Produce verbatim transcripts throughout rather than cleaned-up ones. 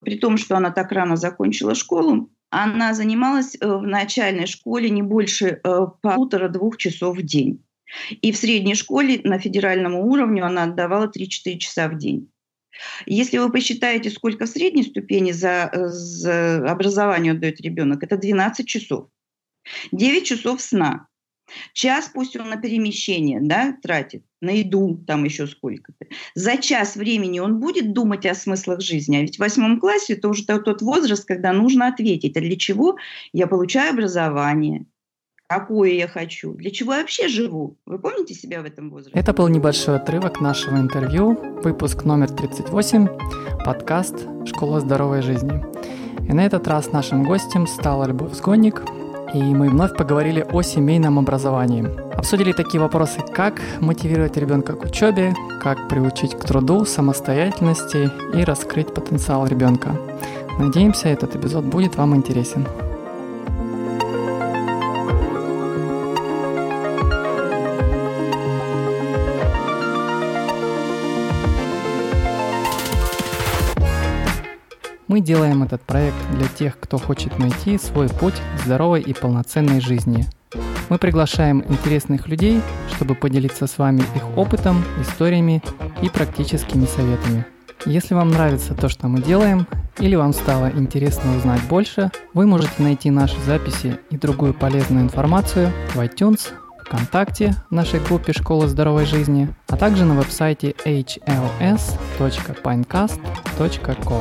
при том, что она так рано закончила школу, она занималась в начальной школе не больше полутора-двух часов в день. И в средней школе на федеральном уровне она отдавала три-четыре часа в день. Если вы посчитаете, сколько в средней ступени за, за образование отдает ребенок, это двенадцать часов. девять часов сна. Час пусть он на перемещение, да, тратит, на еду там еще сколько-то. За час времени он будет думать о смыслах жизни. А ведь в восьмом классе это уже тот возраст, когда нужно ответить, а для чего я получаю образование, какое я хочу, для чего я вообще живу. Вы помните себя в этом возрасте? Это был небольшой отрывок нашего интервью, выпуск номер тридцать восемь, подкаст «Школа здоровой жизни». И на этот раз нашим гостем стала Любовь Сгонник, и мы вновь поговорили о семейном образовании. Обсудили такие вопросы, как мотивировать ребенка к учебе, как приучить к труду, самостоятельности и раскрыть потенциал ребенка. Надеемся, этот эпизод будет вам интересен. Мы делаем этот проект для тех, кто хочет найти свой путь к здоровой и полноценной жизни. Мы приглашаем интересных людей, чтобы поделиться с вами их опытом, историями и практическими советами. Если вам нравится то, что мы делаем, или вам стало интересно узнать больше, вы можете найти наши записи и другую полезную информацию в iTunes, ВКонтакте, в нашей группе «Школа здоровой жизни», а также на веб-сайте эйч эл эс точка пайнкаст точка ко.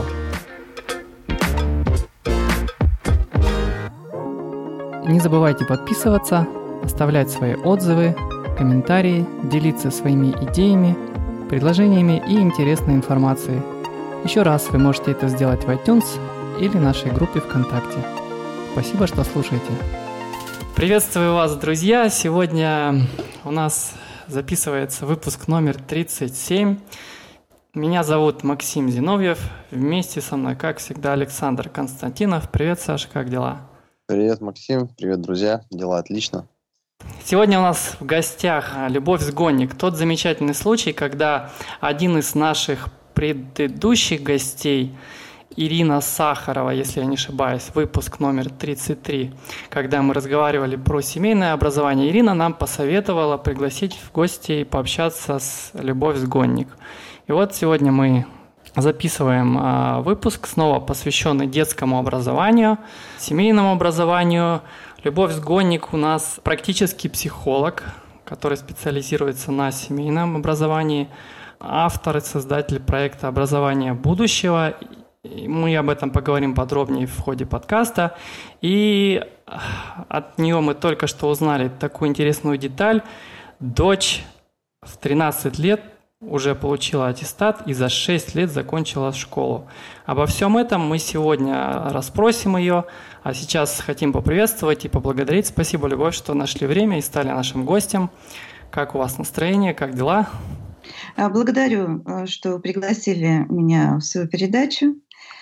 Не забывайте подписываться, оставлять свои отзывы, комментарии, делиться своими идеями, предложениями и интересной информацией. Еще раз вы можете это сделать в iTunes или нашей группе ВКонтакте. Спасибо, что слушаете. Приветствую вас, друзья! Сегодня у нас записывается выпуск номер тридцать семь. Меня зовут Максим Зиновьев. Вместе со мной, как всегда, Александр Константинов. Привет, Саша, как дела? Привет, Максим. Привет, друзья. Дела отлично. Сегодня у нас в гостях Любовь Сгонник. Тот замечательный случай, когда один из наших предыдущих гостей, Ирина Сахарова, если я не ошибаюсь, выпуск номер тридцать три, когда мы разговаривали про семейное образование, Ирина нам посоветовала пригласить в гости и пообщаться с Любовь Сгонник. И вот сегодня мы записываем э, выпуск, снова посвященный детскому образованию, семейному образованию. Любовь Сгонник у нас практический психолог, который специализируется на семейном образовании, автор и создатель проекта «Образование будущего». И мы об этом поговорим подробнее в ходе подкаста. И от нее мы только что узнали такую интересную деталь. Дочь в тринадцать лет уже получила аттестат и за шесть лет закончила школу. Обо всем этом мы сегодня расспросим ее, а сейчас хотим поприветствовать и поблагодарить. Спасибо, Любовь, что нашли время и стали нашим гостем. Как у вас настроение, как дела? Благодарю, что пригласили меня в свою передачу.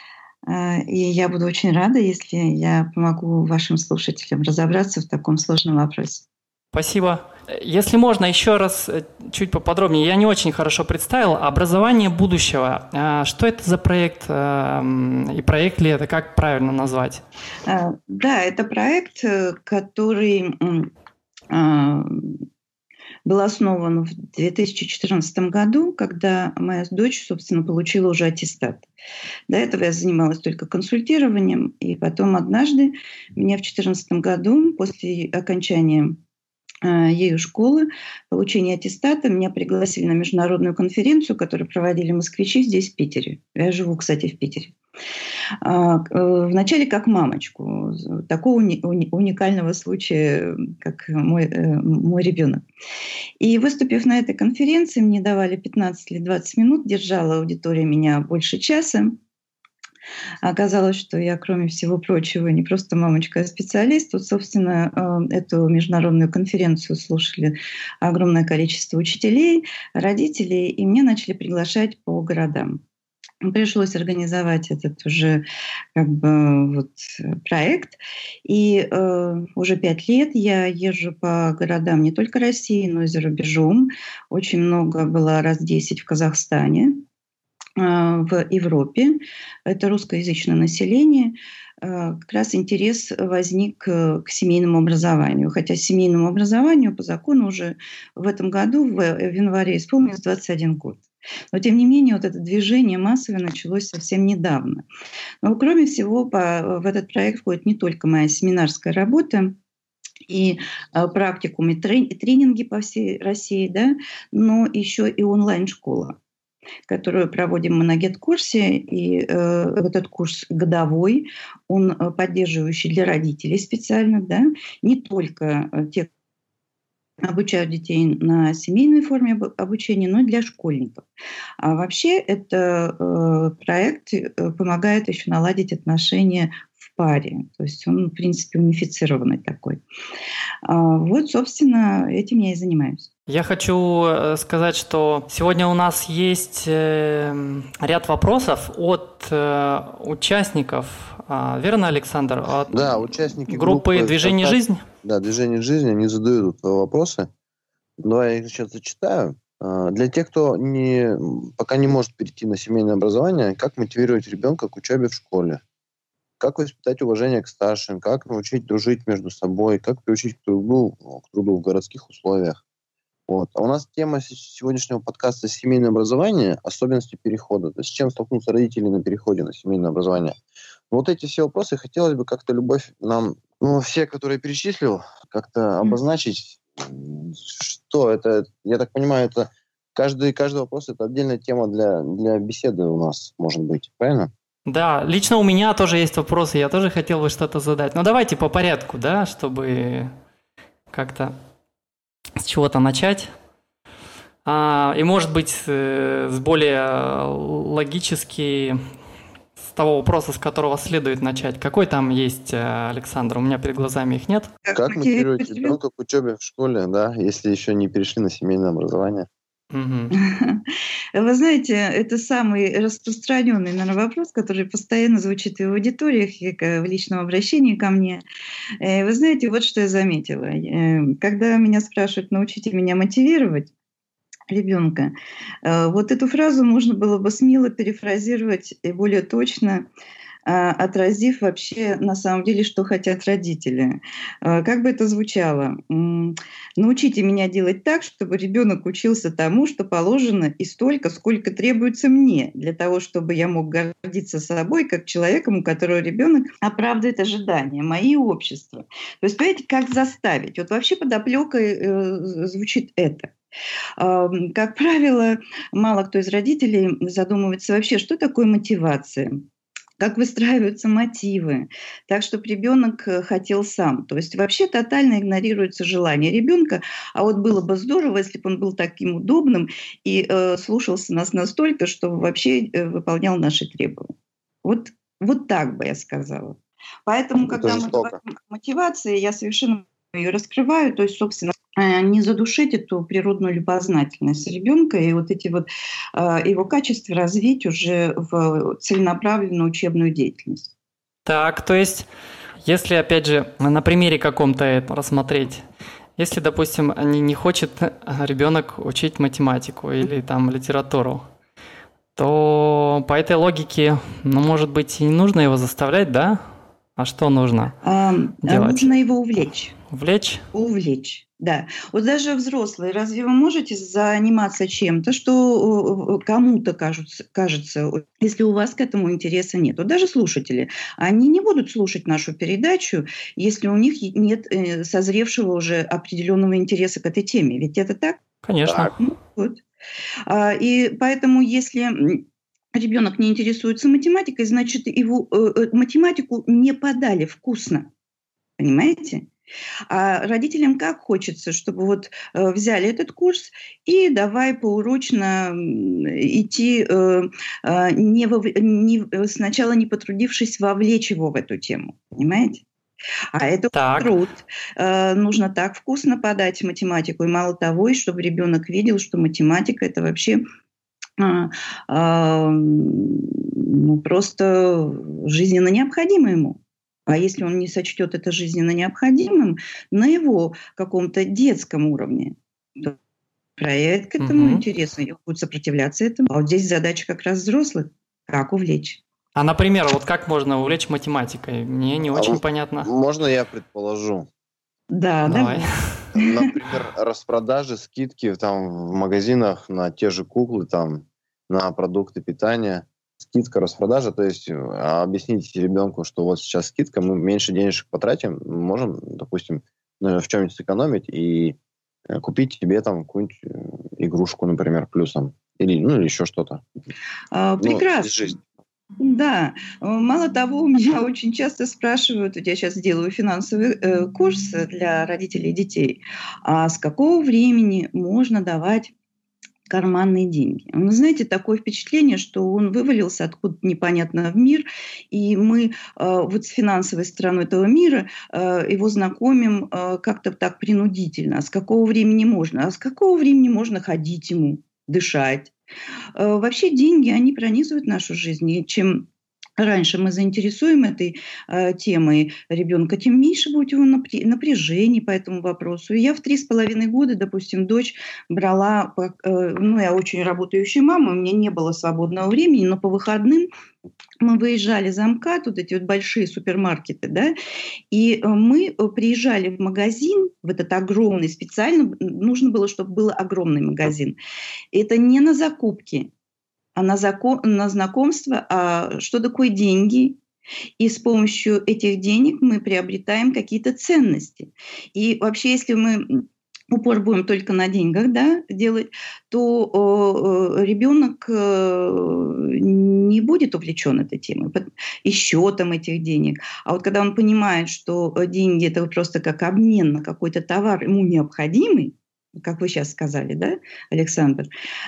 И я буду очень рада, если я помогу вашим слушателям разобраться в таком сложном вопросе. Спасибо. Если можно, еще раз чуть поподробнее. Я не очень хорошо представил. Образование будущего. Что это за проект? И проект ли это? Как правильно назвать? Да, это проект, который был основан в две тысячи четырнадцатом году, когда моя дочь, собственно, получила уже аттестат. До этого я занималась только консультированием, и потом однажды меня в две тысячи четырнадцатом году, после окончания ею школы, получения аттестата, меня пригласили на международную конференцию, которую проводили москвичи здесь, в Питере. Я живу, кстати, в Питере. Вначале как мамочку, такого уникального случая, как мой, мой ребенок. И выступив на этой конференции, мне давали пятнадцать или двадцать минут, держала аудитория меня больше часа. Оказалось, что я, кроме всего прочего, не просто мамочка, а специалист. Вот, собственно, эту международную конференцию слушали огромное количество учителей, родителей, и меня начали приглашать по городам. Пришлось организовать этот уже как бы вот проект. И э, уже пять лет я езжу по городам не только России, но и за рубежом. Очень много, была раз десять в Казахстане. в Европе, это русскоязычное население, как раз интерес возник к семейному образованию. Хотя семейному образованию по закону уже в этом году, в январе, исполнилось двадцать один год. Но, тем не менее, вот это движение массовое началось совсем недавно. Но, кроме всего, по, в этот проект входит не только моя семинарская работа, и э, практикумы, и тренинги по всей России, да, но еще и онлайн-школа, которую проводим мы на Get-курсе. И э, этот курс годовой, он э, поддерживающий для родителей специально, да, не только э, тех, обучают детей на семейной форме обучения, но и для школьников. А вообще это э, проект э, помогает еще наладить отношения в паре. То есть он, в принципе, унифицированный такой. А, вот, собственно, этим я и занимаюсь. Я хочу сказать, что сегодня у нас есть ряд вопросов от участников, верно, Александр? От да, участники группы, группы «Движение жизнь». Да, «Движение жизни», они задают вопросы. Но я их сейчас зачитаю. Для тех, кто не, пока не может перейти на семейное образование, как мотивировать ребенка к учебе в школе? Как воспитать уважение к старшим? Как научить дружить между собой? Как приучить к труду, к труду в городских условиях? Вот. А у нас тема сегодняшнего подкаста «Семейное образование. Особенности перехода». То есть с чем столкнутся родители на переходе на семейное образование. Вот эти все вопросы хотелось бы как-то, Любовь, нам, ну, все, которые перечислил, как-то обозначить, что это, я так понимаю, это каждый, каждый вопрос – это отдельная тема для, для беседы у нас, может быть, правильно? Да, лично у меня тоже есть вопросы, я тоже хотел бы что-то задать. Но давайте по порядку, да, чтобы как-то с чего-то начать. А, и, может быть, с более логически, с того вопроса, с которого следует начать. Какой там есть, Александр? У меня перед глазами их нет. Как мотивировать ребенка к учебе в школе, да, если еще не перешли на семейное образование? Угу. Вы знаете, это самый распространенный, наверное, вопрос, который постоянно звучит в аудиториях и в личном обращении ко мне. Вы знаете, вот что я заметила. Когда меня спрашивают, научите меня мотивировать ребенка, вот эту фразу можно было бы смело перефразировать и более точно, отразив вообще на самом деле, что хотят родители. Как бы это звучало? Научите меня делать так, чтобы ребенок учился тому, что положено, и столько, сколько требуется мне, для того, чтобы я мог гордиться собой, как человеком, у которого ребенок оправдывает ожидания, мои общества. То есть, понимаете, как заставить? Вот вообще подоплекой э, звучит это. Как правило, мало кто из родителей задумывается вообще, что такое мотивация. Как выстраиваются мотивы, так, чтобы ребенок хотел сам. То есть вообще тотально игнорируется желание ребенка, а вот было бы здорово, если бы он был таким удобным и э, слушался нас настолько, что вообще э, выполнял наши требования. Вот, вот так бы я сказала. Поэтому, это когда жестоко. Мы говорим о мотивации, я совершенно ее раскрываю, то есть, собственно, не задушить эту природную любознательность ребенка и вот эти вот э, его качества развить уже в целенаправленную учебную деятельность. Так, то есть, если, опять же, на примере каком-то это рассмотреть, если, допустим, не, не хочет ребенок учить математику или там литературу, то по этой логике, ну, может быть, и не нужно его заставлять, да? А что нужно а, делать? Нужно его увлечь. Увлечь? Увлечь, да. Вот даже взрослые, разве вы можете заниматься чем-то, что кому-то кажется, кажется, если у вас к этому интереса нет? Вот даже слушатели, они не будут слушать нашу передачу, если у них нет созревшего уже определенного интереса к этой теме. Ведь это так? Конечно. Так, ну, вот. И поэтому, если ребенок не интересуется математикой, значит, его э, математику не подали вкусно. Понимаете? А родителям как хочется, чтобы вот э, взяли этот курс и давай поурочно идти, э, э, не вов... не, сначала не потрудившись вовлечь его в эту тему. Понимаете? А это так. Труд. Э, нужно так вкусно подать математику. И мало того, и чтобы ребенок видел, что математика – это вообще а, а, ну, просто жизненно необходимо ему. А если он не сочтет это жизненно необходимым на его каком-то детском уровне, то проявит к этому Мгм. интерес, и будет сопротивляться этому. А вот здесь задача как раз взрослых. Как увлечь? А, например, вот как можно увлечь математикой? Мне не А очень м- понятно. Можно я предположу? Да, Давай. давай. Например, распродажи, скидки там в магазинах на те же куклы, там, на продукты питания. Скидка, распродажа, то есть э, объяснить ребенку, что вот сейчас скидка, мы меньше денежек потратим, можем, допустим, э, в чем-нибудь сэкономить и э, купить тебе там какую-нибудь э, игрушку, например, плюсом. Или, ну, или еще что-то. А, Ну, из прекрасно. жизни. Да, Э, мало того, у меня очень часто спрашивают, вот я сейчас делаю финансовый э, курс для родителей детей, а с какого времени можно давать карманные деньги? Вы знаете, такое впечатление, что он вывалился откуда-то непонятно в мир, и мы э, вот с финансовой стороной этого мира э, его знакомим э, как-то так принудительно. А с какого времени можно? А с какого времени можно ходить ему, дышать? Э, Вообще деньги, они пронизывают нашу жизнь. И чем раньше мы заинтересуем этой э, темой ребенка, тем меньше будет его напря- напряжений по этому вопросу. И я в три с половиной года, допустим, дочь брала, по- э, ну, я очень работающая мама, у меня не было свободного времени, но по выходным мы выезжали за МКАД, вот эти вот большие супермаркеты, да, и э, мы э, приезжали в магазин, в этот огромный, специально м, нужно было, чтобы был огромный магазин. Это не на закупки, а на, зако- на знакомство, а что такое деньги. И с помощью этих денег мы приобретаем какие-то ценности. И вообще, если мы м, упор будем только на деньгах, да, делать, то э, э, ребенок э, не будет увлечен этой темой пот- и счетом этих денег. А вот когда он понимает, что э, деньги это просто как обмен на какой-то товар ему необходимый, как вы сейчас сказали, да, Александр,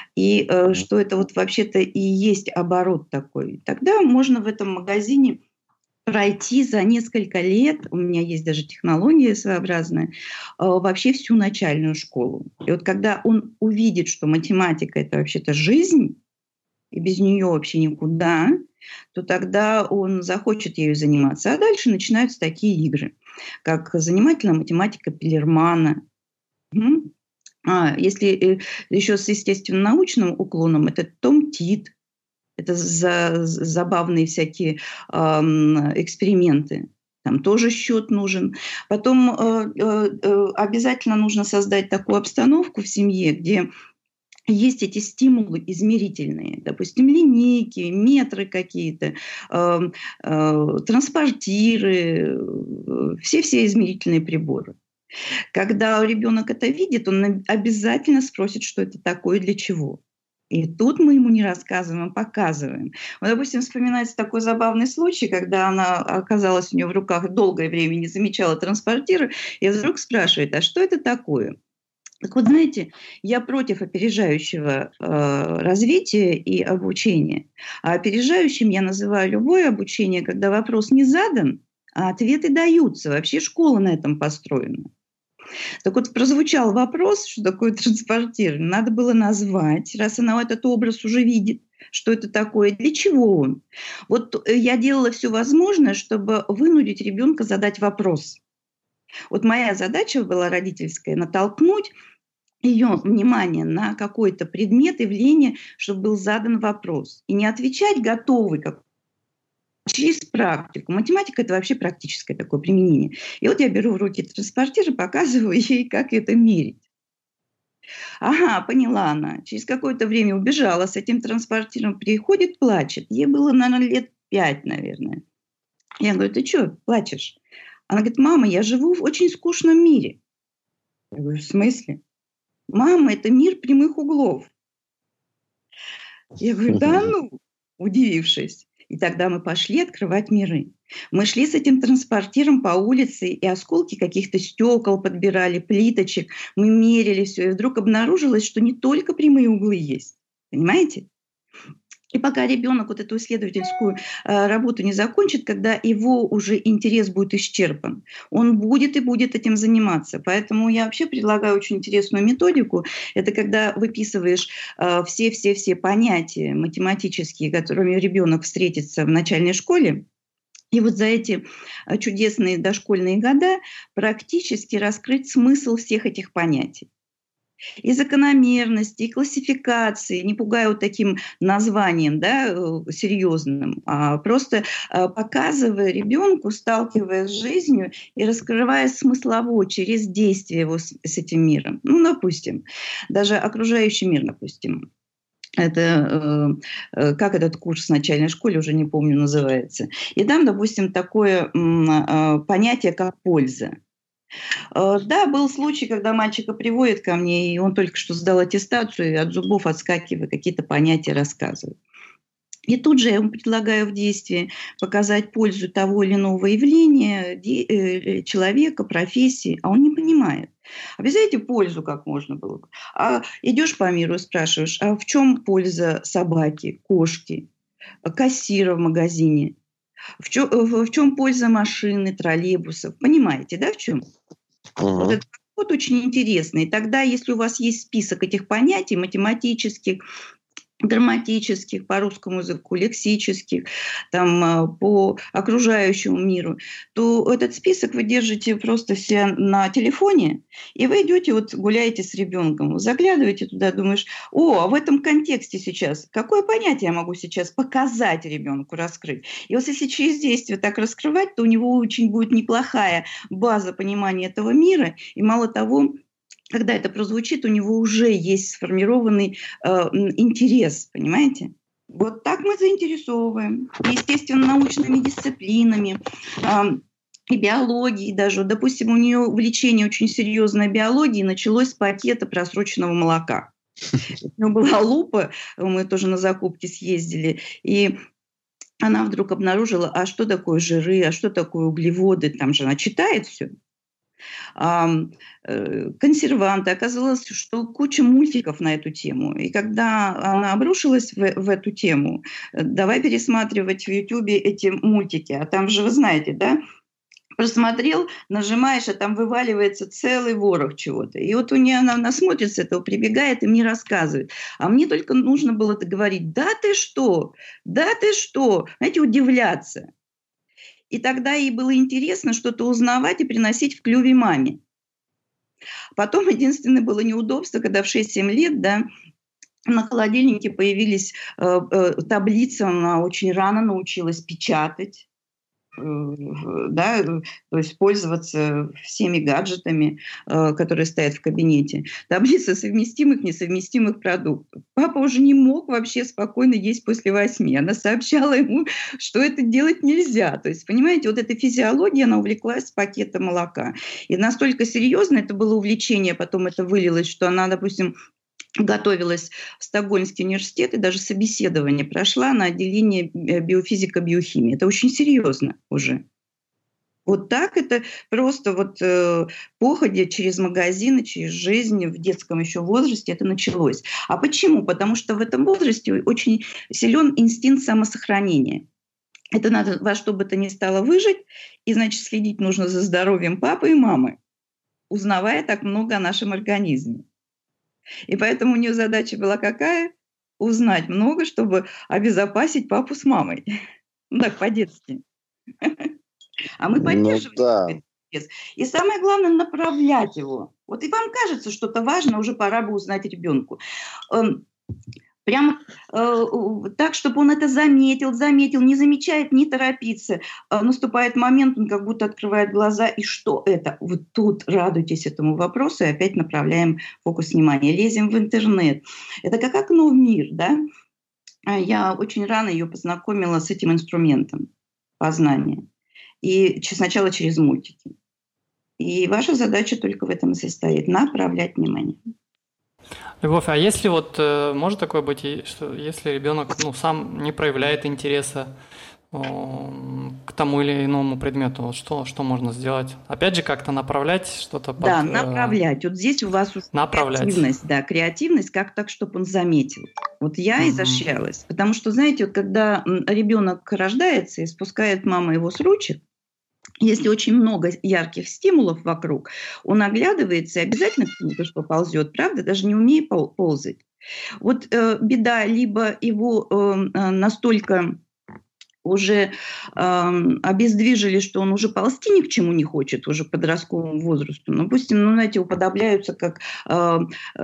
и э, Мгм. что это вот вообще-то и есть оборот такой. Тогда можно в этом магазине пройти за несколько лет, у меня есть даже технология своеобразная, э, вообще всю начальную школу. И вот когда он увидит, что математика – это вообще-то жизнь, и без нее вообще никуда, то тогда он захочет ею заниматься. А дальше начинаются такие игры, как занимательная математика Пеллермана. Мгм. А, если э, еще с естественно-научным уклоном, это Том Тит, это за, забавные всякие ам, эксперименты. Там тоже счет нужен. Потом э, э, э, обязательно нужно создать такую обстановку в семье, где есть эти стимулы измерительные, допустим, линейки, метры какие-то, э, э, транспортиры, э, все-все измерительные приборы. Когда ребенок это видит, он обязательно спросит, что это такое и для чего. И тут мы ему не рассказываем, а показываем. Вот, допустим, вспоминается такой забавный случай, когда она оказалась у нее в руках долгое время, не замечала транспортиры, и вдруг спрашивает, а что это такое? Так вот, знаете, я против опережающего э, развития и обучения. А опережающим я называю любое обучение, когда вопрос не задан, а ответы даются. Вообще школа на этом построена. Так вот, прозвучал вопрос, что такое транспортирование. Надо было назвать, раз она этот образ уже видит, что это такое, для чего он. Вот э, я делала все возможное, чтобы вынудить ребенка задать вопрос. Вот моя задача была родительская – натолкнуть ее внимание на какой-то предмет, явление, чтобы был задан вопрос. И не отвечать готовый, как через практику. Математика – это вообще практическое такое применение. И вот я беру в руки транспортир и показываю ей, как это мерить. Ага, поняла она. Через какое-то время убежала с этим транспортиром, приходит, плачет. Ей было, наверное, лет пять, наверное. Я говорю, ты что, плачешь? Она говорит, мама, я живу в очень скучном мире. Я говорю, в смысле? Мама, это мир прямых углов. Я говорю, да ну, удивившись. И тогда мы пошли открывать миры. Мы шли с этим транспортиром по улице, и осколки каких-то стекол подбирали, плиточек. Мы мерили все, и вдруг обнаружилось, что не только прямые углы есть. Понимаете? И пока ребенок вот эту исследовательскую э, работу не закончит, когда его уже интерес будет исчерпан, он будет и будет этим заниматься. Поэтому я вообще предлагаю очень интересную методику. Это когда выписываешь э, все-все-все понятия математические, которыми ребенок встретится в начальной школе, и вот за эти э, чудесные дошкольные года практически раскрыть смысл всех этих понятий. и закономерности, и классификации, не пугая вот таким названием, да, серьезным, а просто показывая ребенку, сталкиваясь с жизнью и раскрывая смыслово через действие его с, с этим миром. Ну, допустим, даже окружающий мир, допустим. Это э, как этот курс в начальной школе, уже не помню, называется. И там, допустим, такое э, понятие, как польза. Да, был случай, когда мальчика приводят ко мне, и он только что сдал аттестацию, и от зубов отскакивая какие-то понятия рассказывает. И тут же я ему предлагаю в действии показать пользу того или иного явления, человека, профессии, а он не понимает. Объясняйте пользу, как можно было бы. А идешь по миру и спрашиваешь, а в чем польза собаки, кошки, кассира в магазине? В чем, в чем польза машины, троллейбусов? Понимаете, да, в чем? Uh-huh. Вот этот подход очень интересный. Тогда, если у вас есть список этих понятий математических, грамматических, по русскому языку, лексических, там, по окружающему миру, то этот список вы держите просто все на телефоне, и вы идете, вот гуляете с ребенком, заглядываете туда, думаешь, о, а в этом контексте сейчас, какое понятие я могу сейчас показать ребенку, раскрыть? И вот если через действие так раскрывать, то у него очень будет неплохая база понимания этого мира, и мало того, когда это прозвучит, у него уже есть сформированный э, интерес, понимаете? Вот так мы заинтересовываем. Естественно, научными дисциплинами, э, и биологией даже. Допустим, у нее увлечение очень серьезной биологией началось с пакета просроченного молока. У нее была лупа, мы тоже на закупки съездили, и она вдруг обнаружила, а что такое жиры, а что такое углеводы, там же она читает все. Консерванты. Оказалось, что куча мультиков на эту тему. И когда она обрушилась в, в эту тему, давай пересматривать в Ютубе эти мультики. А там же, вы знаете, да, просмотрел, нажимаешь, а там вываливается целый ворох чего-то. И вот у нее она насмотрится этого, прибегает и мне рассказывает. А мне только нужно было это говорить. Да ты что? Да ты что? Знаете, удивляться. И тогда ей было интересно что-то узнавать и приносить в клюве маме. Потом единственное было неудобство, когда в шесть-семь лет, да, на холодильнике появились э, э, таблицы, она очень рано научилась печатать, э, да, то есть пользоваться всеми гаджетами, э, которые стоят в кабинете. Таблица совместимых, несовместимых продуктов. Папа уже не мог вообще спокойно есть после восьми. Она сообщала ему, что это делать нельзя. То есть, понимаете, вот эта физиология, она увлеклась с пакета молока. И настолько серьезно это было увлечение, потом это вылилось, что она, допустим, готовилась в Стокгольмский университет и даже собеседование прошла на отделение биофизика-биохимии. Это очень серьезно уже. Вот так это просто вот э, походя через магазины, через жизнь в детском еще возрасте это началось. А почему? Потому что в этом возрасте очень силен инстинкт самосохранения. Это надо во что бы то ни стало выжить, и, значит, следить нужно за здоровьем папы и мамы, узнавая так много о нашем организме. И поэтому у нее задача была какая? Узнать много, чтобы обезопасить папу с мамой. Ну так, по-детски. А мы поддерживаем ну, да. этот интерес. И самое главное, направлять его. Вот и вам кажется, что-то важно, уже пора бы узнать ребенку. Прямо э, так, чтобы он это заметил, заметил, не замечает, не торопится. Э, наступает момент, он как будто открывает глаза, и что это? Вот тут радуйтесь этому вопросу, и опять направляем фокус внимания. Лезем в интернет. Это как окно в мир, да? Я очень рано ее познакомила с этим инструментом познания. И сначала через мультики. И ваша задача только в этом и состоит – направлять внимание. Любовь, а если вот, может такое быть, что если ребенок ну, сам не проявляет интереса к тому или иному предмету, вот что, что можно сделать? Опять же, как-то направлять что-то под... Да, направлять. Вот здесь у вас направлять. креативность, да, креативность, как так, чтобы он заметил. Вот я mm-hmm. изощрялась, потому что, знаете, вот когда ребенок рождается и спускает мама его с ручек, если очень много ярких стимулов вокруг, он оглядывается и обязательно кто-то что ползет, правда, даже не умея ползать. Вот э, беда, либо его э, настолько уже э, обездвижили, что он уже ползти ни к чему не хочет, уже подростковому возрасту. Ну, допустим, ну, знаете, уподобляются, как э,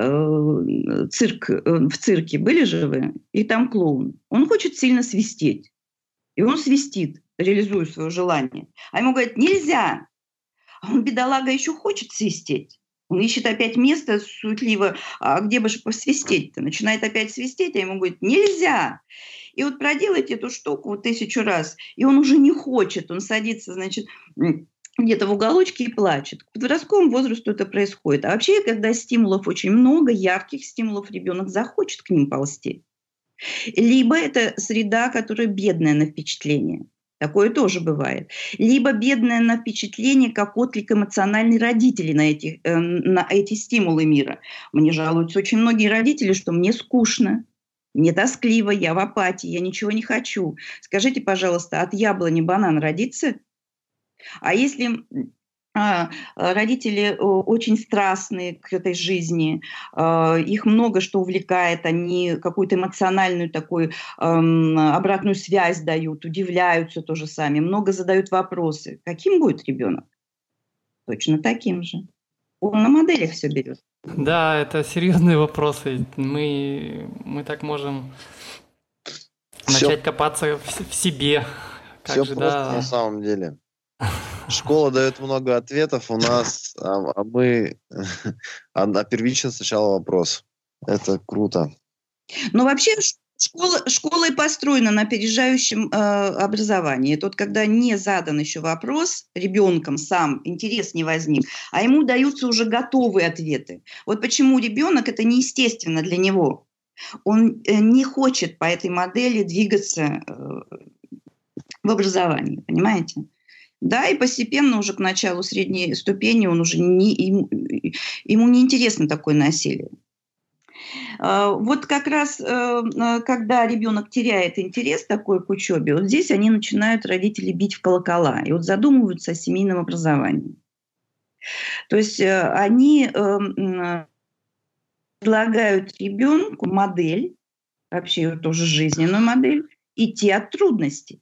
э, цирк, э, в цирке были же вы, и там клоун. Он хочет сильно свистеть, и он свистит, реализуя свое желание. А ему говорят, нельзя. А он, бедолага, еще хочет свистеть. Он ищет опять место суетливо, а где бы же посвистеть-то? Начинает опять свистеть, а ему говорят, нельзя. И вот проделать эту штуку вот тысячу раз, и он уже не хочет, он садится, значит, где-то в уголочке и плачет. К подростковому возрасту это происходит. А вообще, когда стимулов очень много, ярких стимулов, ребенок захочет к ним ползти. Либо это среда, которая бедная на впечатление. Такое тоже бывает. Либо бедное на впечатление, как отклик эмоциональный родителей на эти, э, на эти стимулы мира. Мне жалуются очень многие родители, что мне скучно, мне тоскливо, я в апатии, я ничего не хочу. Скажите, пожалуйста, от яблони банан родится? А если а, родители очень страстные к этой жизни, а, их много что увлекает, они какую-то эмоциональную такую а, обратную связь дают, удивляются тоже сами, много задают вопросы. Каким будет ребенок? Точно таким же. Он на моделях все берет. Да, это серьезные вопросы. Мы, мы так можем Всё. начать копаться в, в себе. Как Все же, просто да. на самом деле. Школа дает много ответов у нас, а, а мы а, а первично сначала вопрос. Это круто. Но вообще школа, школа и построена на опережающем э, образовании. Тут, когда не задан еще вопрос ребенком сам, интерес не возник, а ему даются уже готовые ответы. Вот почему ребенок, это неестественно для него. Он э, не хочет по этой модели двигаться э, в образовании, понимаете? Да, и постепенно уже к началу средней ступени он уже не, ему, ему не интересно такое насилие. Вот как раз, когда ребенок теряет интерес такой к учебе, вот здесь они начинают, родители, бить в колокола и вот задумываются о семейном образовании. То есть они предлагают ребенку модель, вообще тоже жизненную модель, идти от трудностей.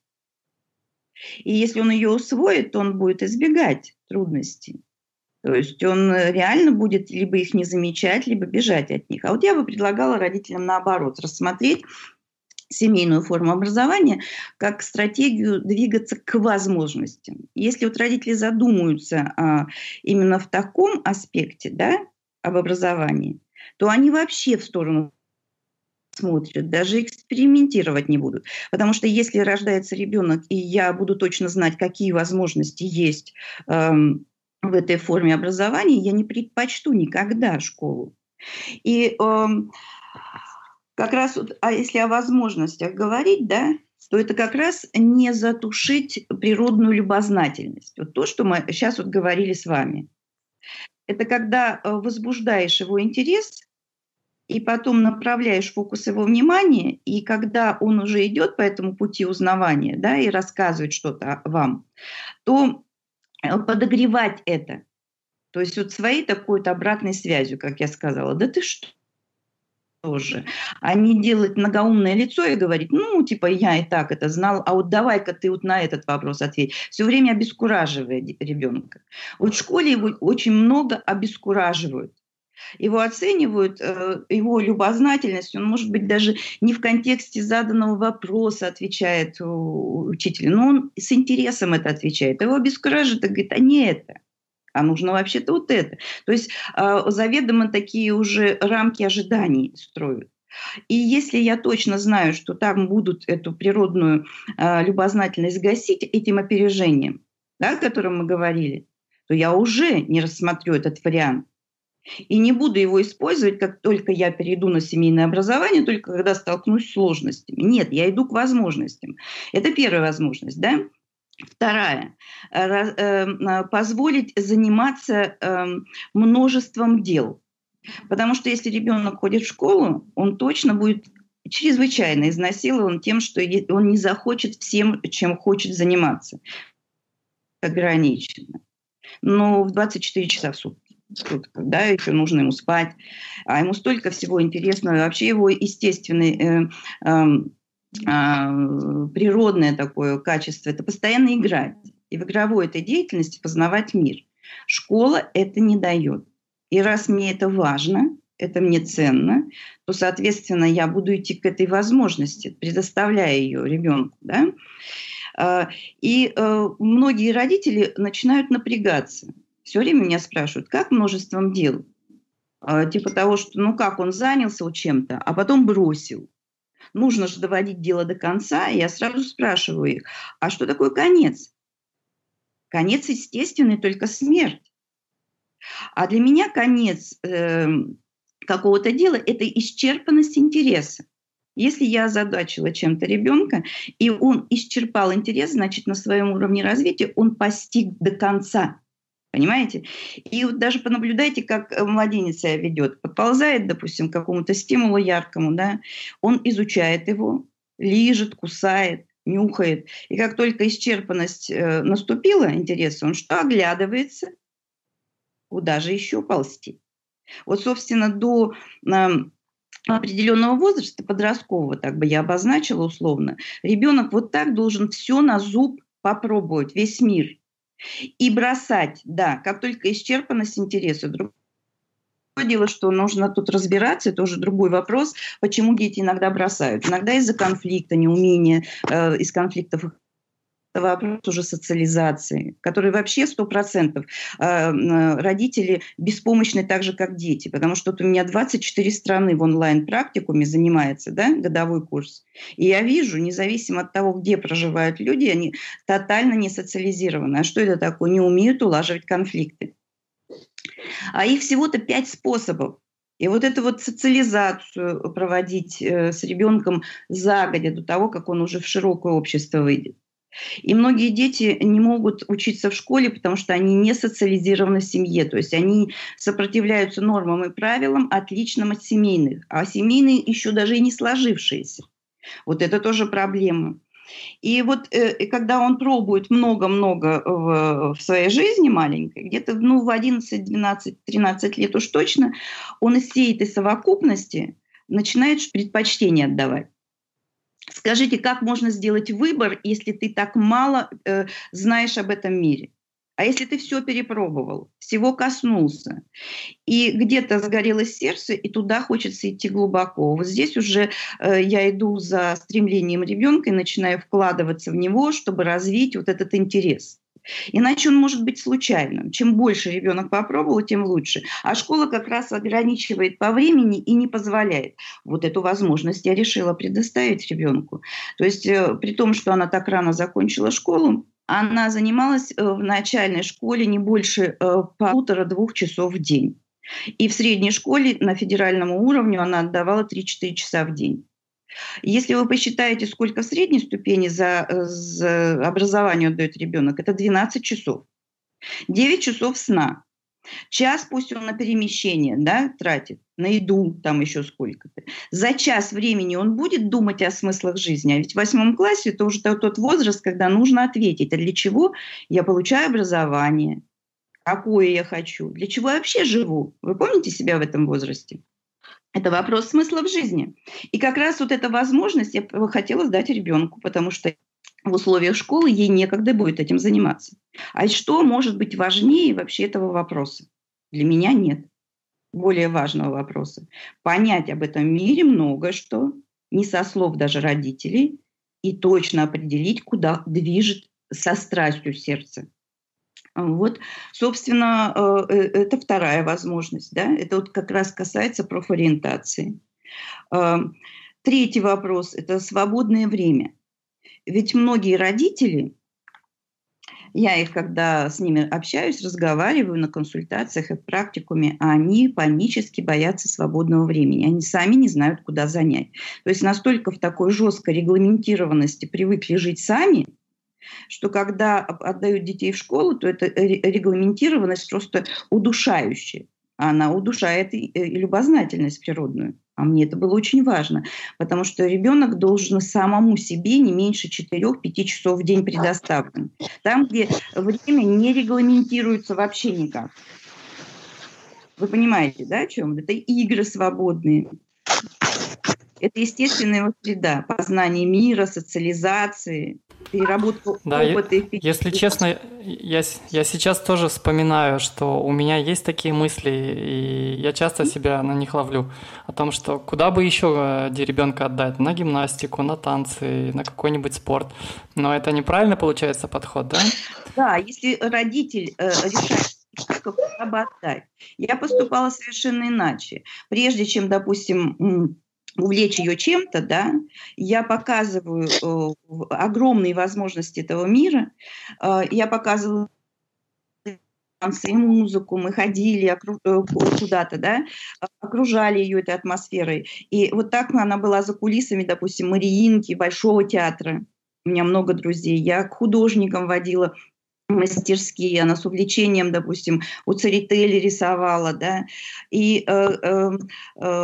И если он ее усвоит, то он будет избегать трудностей. То есть он реально будет либо их не замечать, либо бежать от них. А вот я бы предлагала родителям наоборот рассмотреть семейную форму образования как стратегию двигаться к возможностям. Если вот родители задумаются а, именно в таком аспекте, да, об образовании, то они вообще в сторону смотрят, даже экспериментировать не будут. Потому что если рождается ребенок, и я буду точно знать, какие возможности есть эм, в этой форме образования, я не предпочту никогда школу. И эм, как раз, вот, а если о возможностях говорить, да, то это как раз не затушить природную любознательность. Вот то, что мы сейчас вот говорили с вами. Это когда возбуждаешь его интерес, и потом направляешь фокус его внимания, и когда он уже идет по этому пути узнавания, да, и рассказывает что-то вам, то подогревать это. То есть вот своей такой-то обратной связью, как я сказала. Да ты что? Тоже. А не делать многоумное лицо и говорить, ну, типа, я и так это знал, а вот давай-ка ты вот на этот вопрос ответь. Все время обескураживая ребенка. Вот в школе его очень много обескураживают. Его оценивают, его любознательность, он, может быть, даже не в контексте заданного вопроса отвечает учителю, но он с интересом это отвечает. Его обескураживают и говорит, а не это, а нужно вообще-то вот это. То есть заведомо такие уже рамки ожиданий строят. И если я точно знаю, что там будут эту природную любознательность гасить этим опережением, да, о котором мы говорили, то я уже не рассмотрю этот вариант. И не буду его использовать, как только я перейду на семейное образование, только когда столкнусь с сложностями. Нет, я иду к возможностям. Это первая возможность, да? Вторая. Позволить заниматься множеством дел. Потому что если ребенок ходит в школу, он точно будет чрезвычайно изнасилован тем, что он не захочет всем, чем хочет заниматься. Ограниченно. Но в двадцать четыре часа в сутки. Да, еще нужно ему спать, а ему столько всего интересного. Вообще его естественный э, э, природное такое качество – это постоянно играть. И в игровой этой деятельности познавать мир. Школа это не дает. И раз мне это важно, это мне ценно, то, соответственно, я буду идти к этой возможности, предоставляя ее ребенку. Да? И многие родители начинают напрягаться. Все время меня спрашивают, как множеством дел? Типа того, что ну как он занялся чем-то, а потом бросил. Нужно же доводить дело до конца. И я сразу спрашиваю их, а что такое конец? Конец естественный, только смерть. А для меня конец э, какого-то дела – это исчерпанность интереса. Если я озадачила чем-то ребенка, и он исчерпал интерес, значит, на своем уровне развития он постиг до конца. Понимаете? И вот даже понаблюдайте, как младенец себя ведет. Подползает, допустим, к какому-то стимулу яркому, да, он изучает его, лижет, кусает, нюхает. И как только исчерпанность э, наступила, интереса, он что, оглядывается? Куда же еще ползти? Вот, собственно, до э, определенного возраста, подросткового, так бы я обозначила условно, ребенок вот так должен все на зуб попробовать, весь мир. И бросать, да, как только исчерпанность интереса. Другое дело, что нужно тут разбираться, это уже другой вопрос, почему дети иногда бросают. Иногда из-за конфликта, неумения э, из конфликтов. Это вопрос уже социализации, который вообще сто процентов э, родители беспомощны так же, как дети. Потому что вот у меня двадцать четыре страны в онлайн-практикуме занимается, да, годовой курс. И я вижу, независимо от того, где проживают люди, они тотально не социализированы. А что это такое? Не умеют улаживать конфликты. А их всего-то пять способов. И вот эту вот социализацию проводить э, с ребенком загодя до того, как он уже в широкое общество выйдет. И многие дети не могут учиться в школе, потому что они не социализированы в семье. То есть они сопротивляются нормам и правилам, отличным от семейных. А семейные еще даже и не сложившиеся. Вот это тоже проблема. И вот э, когда он пробует много-много в, в своей жизни маленькой, где-то ну, в одиннадцать, двенадцать, тринадцать лет уж точно, он из всей этой совокупности начинает предпочтение отдавать. Скажите, как можно сделать выбор, если ты так мало э, знаешь об этом мире? А если ты все перепробовал, всего коснулся, и где-то загорелось сердце, и туда хочется идти глубоко. Вот здесь уже э, я иду за стремлением ребенка и начинаю вкладываться в него, чтобы развить вот этот интерес. Иначе он может быть случайным. Чем больше ребенок попробовал, тем лучше. А школа как раз ограничивает по времени и не позволяет. Вот эту возможность я решила предоставить ребенку. То есть э, при том, что она так рано закончила школу, она занималась в начальной школе не больше э, полутора-двух часов в день. И в средней школе на федеральном уровне она отдавала три-четыре часа в день. Если вы посчитаете, сколько в средней ступени за, за образование отдает ребенок, это двенадцать часов. девять часов сна. Час пусть он на перемещение, да, тратит, на еду там еще сколько-то. За час времени он будет думать о смыслах жизни. А ведь в восьмом классе это уже тот возраст, когда нужно ответить, а для чего я получаю образование, какое я хочу, для чего я вообще живу. Вы помните себя в этом возрасте? Это вопрос смысла в жизни. И как раз вот эта возможность я хотела сдать ребенку, потому что в условиях школы ей некогда будет этим заниматься. А что может быть важнее вообще этого вопроса? Для меня нет более важного вопроса. Понять об этом мире много что, не со слов даже родителей, и точно определить, куда движет со страстью сердце. Вот, собственно, это вторая возможность. Да? Это вот как раз касается профориентации. Третий вопрос – это свободное время. Ведь многие родители, я их, когда с ними общаюсь, разговариваю на консультациях и в практикуме, они панически боятся свободного времени. Они сами не знают, куда занять. То есть настолько в такой жесткой регламентированности привыкли жить сами, что когда отдают детей в школу, то эта регламентированность просто удушающая. Она удушает и любознательность природную. А мне это было очень важно, потому что ребенок должен самому себе не меньше четырех-пяти часов в день предоставлен. Там, где время не регламентируется вообще никак. Вы понимаете, да, о чем? Это игры свободные. Это естественная его среда, познание мира, социализации, переработка Да, опыта. е- если честно, я, с- я сейчас тоже вспоминаю, что у меня есть такие мысли, и я часто себя на них ловлю, о том, что куда бы еще э, де- ребенка отдать, на гимнастику, на танцы, на какой-нибудь спорт. Но это неправильно получается подход, да? Да, если родитель э, решает, ребенка куда бы отдать. Я поступала совершенно иначе. Прежде чем, допустим, м, увлечь ее чем-то, да, я показываю э, в- огромные возможности этого мира, э, я показываю танцы и музыку, мы ходили окру- э, ку- куда-то, да, а- окружали ее этой атмосферой. И вот так она была за кулисами, допустим, Мариинки, Большого театра. У меня много друзей. Я к художникам водила мастерские, она с увлечением, допустим, у Церетели рисовала, да, и э, э, э,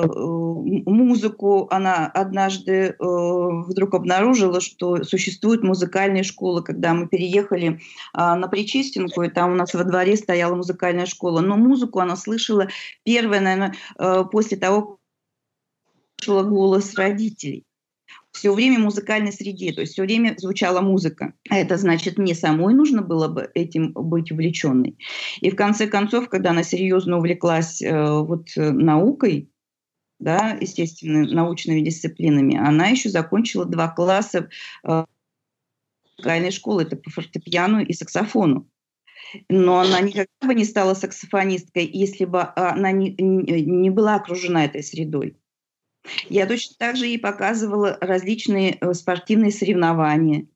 музыку она однажды э, вдруг обнаружила, что существуют музыкальные школы, когда мы переехали а, на Причистенку, и там у нас во дворе стояла музыкальная школа, но музыку она слышала первое, наверное, э, после того, как слышала голос родителей. Все время в музыкальной среде, то есть все время звучала музыка. А это значит, мне самой нужно было бы этим быть увлеченной. И в конце концов, когда она серьезно увлеклась э, вот, э, наукой, да, естественно, научными дисциплинами, она еще закончила два класса э, музыкальной школы, это по фортепиано и саксофону. Но она никогда бы не стала саксофонисткой, если бы она не, не не была окружена этой средой. Я точно так же ей показывала различные э, спортивные соревнования.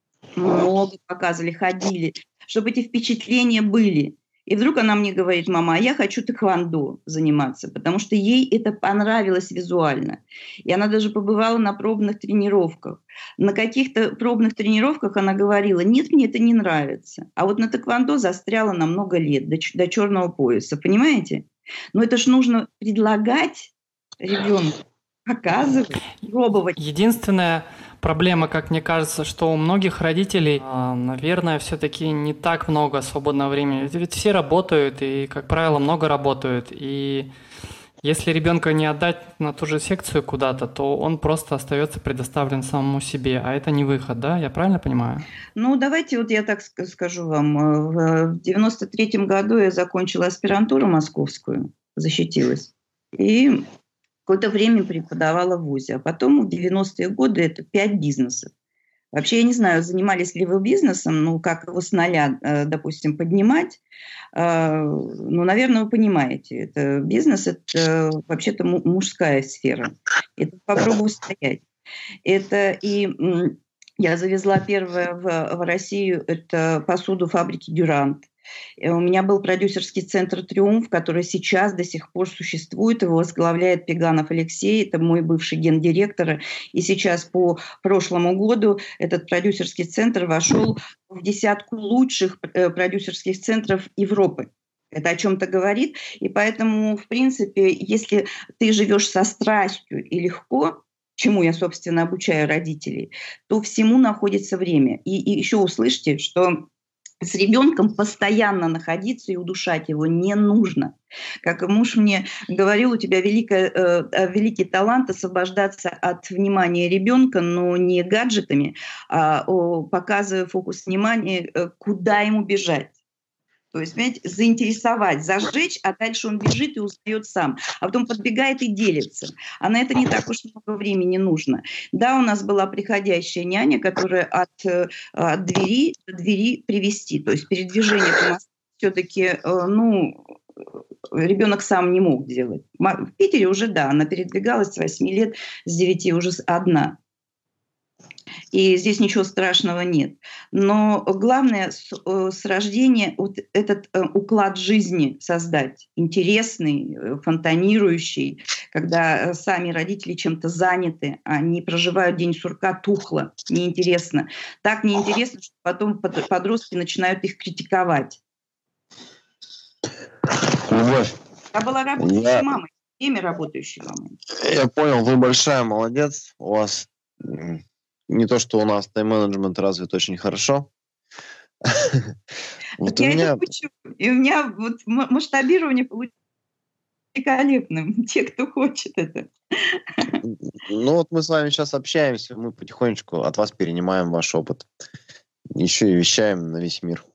Много показывали, ходили, чтобы эти впечатления были. И вдруг она мне говорит: мама, а я хочу тэквондо заниматься, потому что ей это понравилось визуально. И она даже побывала на пробных тренировках. На каких-то пробных тренировках она говорила: нет, мне это не нравится. А вот на тэквондо застряла на много лет, до, ч- до черного пояса, понимаете? Но это ж нужно предлагать ребенку, показывать, пробовать. Единственная проблема, как мне кажется, что у многих родителей, а, наверное, все-таки не так много свободного времени. Ведь ведь все работают, и, как правило, много работают. И если ребенка не отдать на ту же секцию куда-то, то он просто остается предоставлен самому себе, а это не выход, да? Я правильно понимаю? Ну, давайте вот я так ск- скажу вам. Э, В девяносто третьем году я закончила аспирантуру московскую, защитилась. И какое-то время преподавала в ВУЗе. А потом в девяностые годы это пять бизнесов. Вообще, я не знаю, занимались ли вы бизнесом, ну, как его с нуля, э, допустим, поднимать. Э, Ну, наверное, вы понимаете, это бизнес – это вообще-то му- мужская сфера. Это попробуй стоять. Это и м, я завезла первое в, в Россию, это посуду фабрики «Дюрант». Э, У меня был продюсерский центр «Триумф», который сейчас до сих пор существует. Его возглавляет Пеганов Алексей, это мой бывший гендиректор. И сейчас по прошлому году этот продюсерский центр вошел в десятку лучших э, продюсерских центров Европы. Это о чем-то говорит. И поэтому, в принципе, если ты живешь со страстью и легко, чему я, собственно, обучаю родителей, то всему находится время. И, и еще услышьте, что с ребенком постоянно находиться и удушать его не нужно. Как муж мне говорил, у тебя великая, э, э, великий талант освобождаться от внимания ребенка, но не гаджетами, а о, показывая фокус внимания, э, куда ему бежать. То есть, понимаете, заинтересовать, зажечь, а дальше он бежит и узнает сам. А потом подбегает и делится. А на это не так уж много времени нужно. Да, у нас была приходящая няня, которая от, э, от двери до двери привести. То есть передвижение по Москве все-таки, ну, ребенок сам не мог делать. Ма- В Питере уже, да, она передвигалась с восьми лет, с девяти уже с- одна. И здесь ничего страшного нет. Но главное с, э, с рождения вот этот э, уклад жизни создать, интересный, э, фонтанирующий, когда э, сами родители чем-то заняты, они проживают день сурка тухло, неинтересно. Так неинтересно, что потом под- подростки начинают их критиковать. Любовь, Я была работающей я, мамой, время работающей мамой. я понял, вы большая молодец. У вас м, не то, что у нас тайм-менеджмент развит очень хорошо. Вот Так у я это меня, учу. И у меня вот м- масштабирование получилось великолепным. Те, кто хочет это. Ну вот мы с вами сейчас общаемся, мы потихонечку от вас перенимаем ваш опыт. Еще и вещаем на весь мир.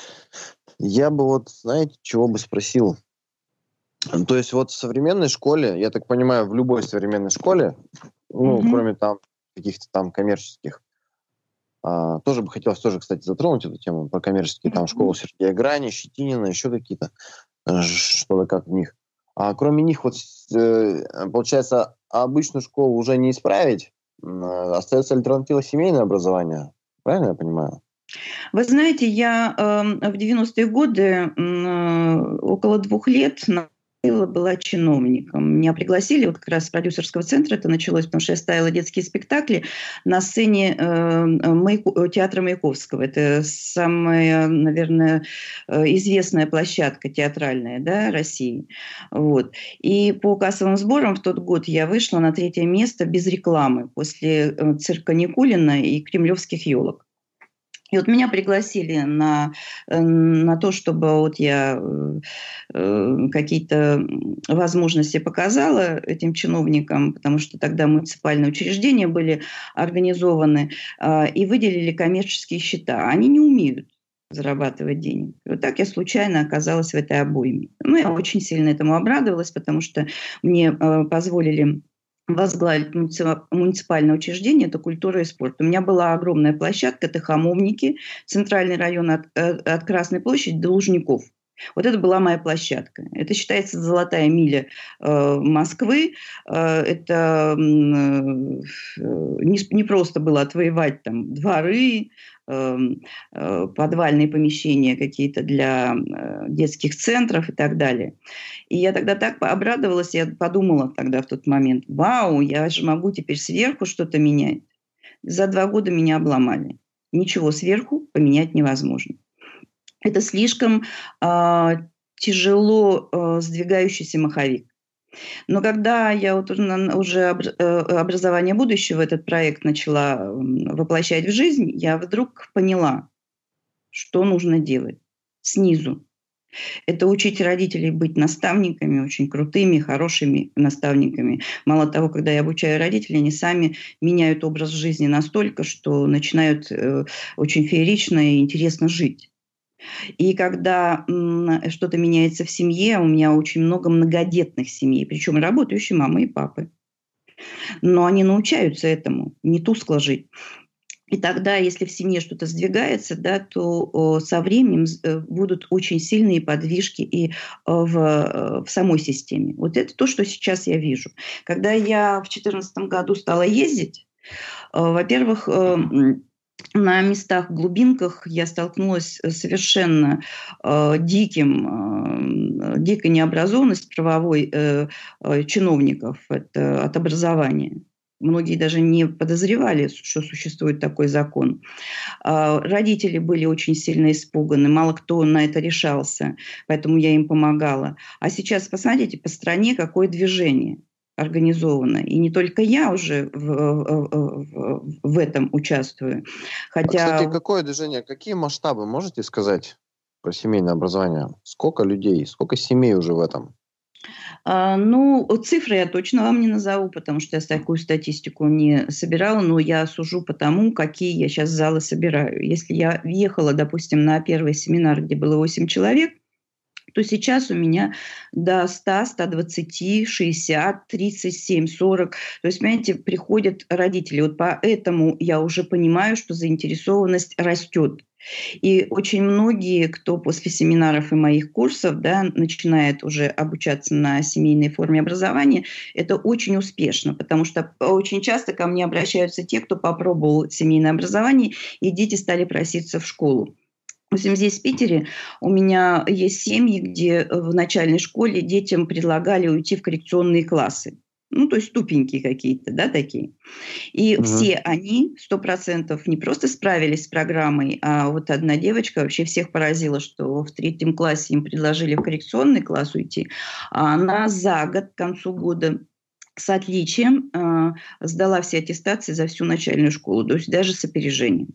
Я бы вот, знаете, чего бы спросил? То есть вот в современной школе, я так понимаю, в любой современной школе, ну, Мгм. кроме там каких-то там коммерческих, а, тоже бы хотелось тоже, кстати, затронуть эту тему про коммерческие, там, школы Мгм. Сергея Грани, Щетинина, еще какие-то, э, что-то как в них. А кроме них, вот, э, получается, обычную школу уже не исправить, м, а остается альтернатива семейное образование. Правильно я понимаю? Вы знаете, я эм, в девяностые годы м, э, около двух лет на- была чиновником. Меня пригласили вот как раз с продюсерского центра, это началось, потому что я ставила детские спектакли на сцене э, Маяку- э, театра Маяковского. Это самая, наверное, э, известная площадка театральная, да, России. Вот. И по кассовым сборам в тот год я вышла на третье место без рекламы после э, цирка Никулина и кремлевских елок. И вот меня пригласили на, э, на то, чтобы вот я э, э, какие-то возможности показала этим чиновникам, потому что тогда муниципальные учреждения были организованы, э, и выделили коммерческие счета. Они не умеют зарабатывать денег. И вот так я случайно оказалась в этой обойме. Ну, я очень сильно этому обрадовалась, потому что мне э, позволили возглавить муниципальное учреждение, это культура и спорт. У меня была огромная площадка, это Хамовники, центральный район от, от Красной площади до Лужников. Вот это была моя площадка. Это считается золотая миля э, Москвы. Э, это э, не, не просто было отвоевать там дворы, э, э, подвальные помещения какие-то для э, детских центров и так далее. И я тогда так обрадовалась, я подумала тогда в тот момент, вау, я же могу теперь сверху что-то менять. За два года меня обломали. Ничего сверху поменять невозможно. Это слишком э, тяжело э, сдвигающийся маховик. Но когда я вот уже образование будущего, этот проект начала воплощать в жизнь, я вдруг поняла, что нужно делать снизу. Это учить родителей быть наставниками, очень крутыми, хорошими наставниками. Мало того, когда я обучаю родителей, они сами меняют образ жизни настолько, что начинают э, очень феерично и интересно жить. И когда м, что-то меняется в семье, у меня очень много многодетных семей, причем работающие мамы и папы. Но они научаются этому, не тускло жить. И тогда, если в семье что-то сдвигается, да, то о, со временем э, будут очень сильные подвижки и э, в, э, в самой системе. Вот это то, что сейчас я вижу. Когда я в две тысячи четырнадцатом году стала ездить, э, во-первых, э, на местах, в глубинках я столкнулась с совершенно э, диким, э, дикой необразованностью правовой э, э, чиновников это, от образования. Многие даже не подозревали, что существует такой закон. А, родители были очень сильно испуганы, мало кто на это решался, поэтому я им помогала. А сейчас посмотрите, по стране какое движение организовано. И не только я уже в, в, в этом участвую. А, кстати, Хотя какое движение, какие масштабы можете сказать про семейное образование? Сколько людей, сколько семей уже в этом? А, ну, цифры я точно вам не назову, потому что я такую статистику не собирала, но я сужу по тому, какие я сейчас залы собираю. Если я ехала, допустим, на первый семинар, где было восемь человек, то сейчас у меня до ста, ста двадцати, шестидесяти, тридцати семи, сорока. То есть, понимаете, приходят родители. Вот поэтому я уже понимаю, что заинтересованность растет. И очень многие, кто после семинаров и моих курсов, да, начинает уже обучаться на семейной форме образования, это очень успешно, потому что очень часто ко мне обращаются те, кто попробовал семейное образование, и дети стали проситься в школу. В общем, здесь, в Питере, у меня есть семьи, где в начальной школе детям предлагали уйти в коррекционные классы. Ну, то есть ступеньки какие-то, да, такие. И Мгм. все они, сто процентов, не просто справились с программой, а вот одна девочка вообще всех поразила, что в третьем классе им предложили в коррекционный класс уйти, а она за год, к концу года, с отличием э, сдала все аттестации за всю начальную школу, то есть даже с опережением.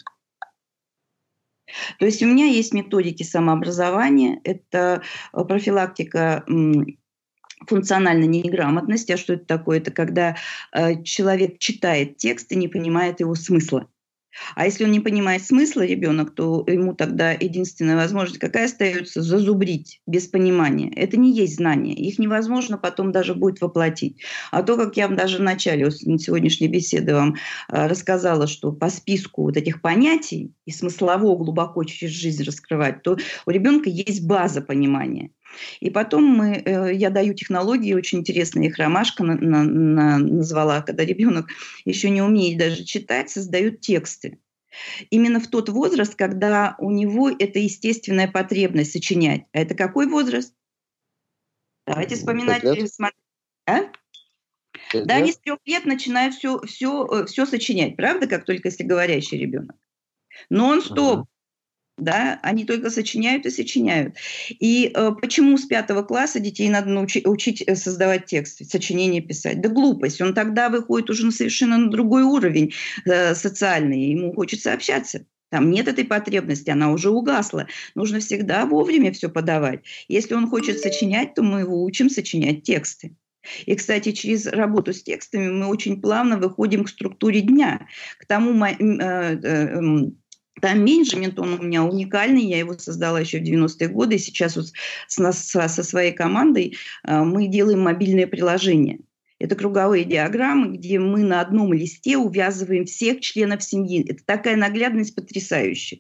То есть у меня есть методики самообразования, это профилактика функциональной неграмотности. А что это такое? Это когда э, человек читает текст и не понимает его смысла. А если он не понимает смысла, ребенок, то ему тогда единственная возможность какая остается? Зазубрить без понимания. Это не есть знания. Их невозможно потом даже будет воплотить. А то, как я вам даже в начале сегодняшней беседы вам рассказала, что по списку вот этих понятий и смыслово глубоко через жизнь раскрывать, то у ребенка есть база понимания. И потом мы, я даю технологии, очень интересные, их Ромашка на, на, на, назвала, когда ребенок еще не умеет даже читать, создают тексты. Именно в тот возраст, когда у него это естественная потребность сочинять. А это какой возраст? Давайте вспоминать. А? Да, они с трех лет начинают все, все, все сочинять, правда, как только если говорящий ребенок. Нон-стоп. Ага. Да, они только сочиняют и сочиняют. И э, почему с пятого класса детей надо научить, учить создавать тексты, сочинения писать? Да глупость. Он тогда выходит уже на совершенно на другой уровень э, социальный. Ему хочется общаться. Там нет этой потребности, она уже угасла. Нужно всегда вовремя все подавать. Если он хочет сочинять, то мы его учим сочинять тексты. И, кстати, через работу с текстами мы очень плавно выходим к структуре дня, к тому... Э, э, Тайм-менеджмент, он у меня уникальный, я его создала еще в девяностые годы, и сейчас вот с, со, со своей командой э, мы делаем мобильное приложение. Это круговые диаграммы, где мы на одном листе увязываем всех членов семьи. Это такая наглядность потрясающая.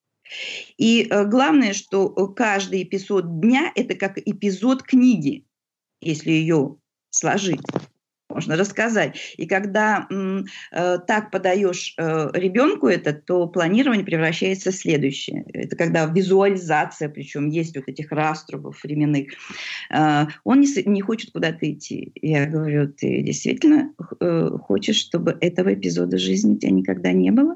И э, главное, что каждый эпизод дня – это как эпизод книги, если ее сложить. Можно рассказать. И когда м, э, так подаешь э, ребенку это, то планирование превращается в следующее. Это когда визуализация, причем есть вот этих раструбов временных. Э, он не, не хочет куда-то идти. Я говорю, ты действительно э, хочешь, чтобы этого эпизода жизни у тебя никогда не было?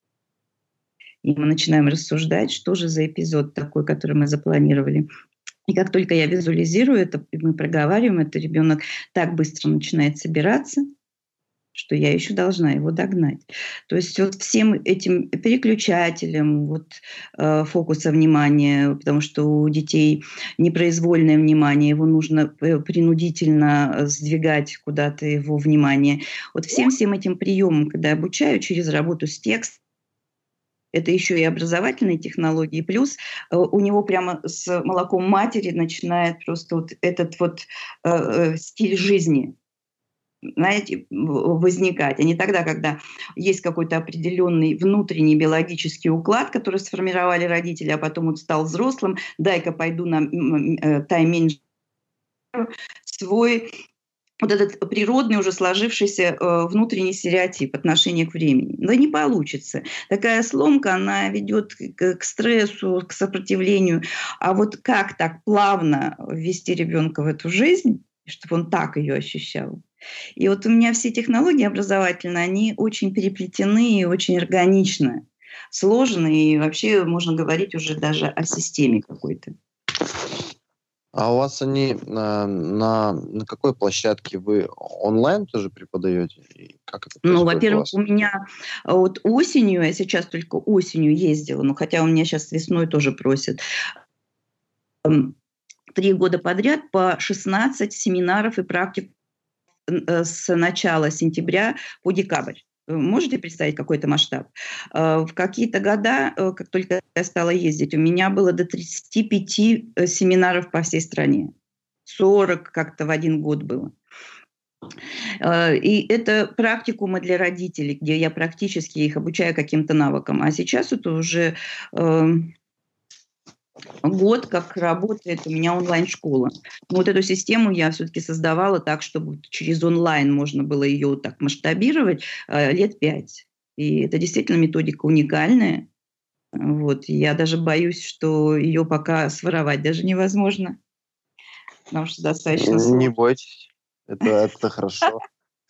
И мы начинаем рассуждать, что же за эпизод такой, который мы запланировали. И как только я визуализирую это, мы проговариваем, это ребенок так быстро начинает собираться, что я еще должна его догнать. То есть вот всем этим переключателям вот, э, фокуса внимания, потому что у детей непроизвольное внимание, его нужно принудительно сдвигать куда-то его внимание. Вот всем-всем этим приемам, когда я обучаю через работу с текстом, это еще и образовательные технологии. Плюс э, у него прямо с молоком матери начинает просто вот этот вот э, э, стиль жизни, знаете, возникать. А не тогда, когда есть какой-то определенный внутренний биологический уклад, который сформировали родители, а потом он стал взрослым. Дай-ка пойду на э, тайм-менеджмент свой... Вот этот природный, уже сложившийся э, внутренний стереотип отношения к времени. Но не получится. Такая сломка, она ведет к, к стрессу, к сопротивлению. А вот как так плавно ввести ребенка в эту жизнь, чтобы он так ее ощущал? И вот у меня все технологии образовательные, они очень переплетены и очень органично сложены. И вообще можно говорить уже даже о системе какой-то. А у вас они на, на, на какой площадке вы онлайн тоже преподаете? И как это ну, во-первых, у, у меня вот осенью, я сейчас только осенью ездила, ну, хотя у меня сейчас весной тоже просят, три года подряд по шестнадцать семинаров и практик с начала сентября по декабрь. Можете представить какой-то масштаб? В какие-то года, как только я стала ездить, у меня было до тридцати пяти семинаров по всей стране. сорок как-то в один год было. И это практикумы для родителей, где я практически их обучаю каким-то навыкам. А сейчас это уже год, как работает у меня онлайн-школа. Но вот эту систему я все-таки создавала так, чтобы через онлайн можно было ее так масштабировать лет пять. И это действительно методика уникальная. Вот. Я даже боюсь, что ее пока своровать даже невозможно. Потому что достаточно сложно. Не бойтесь, это, это хорошо.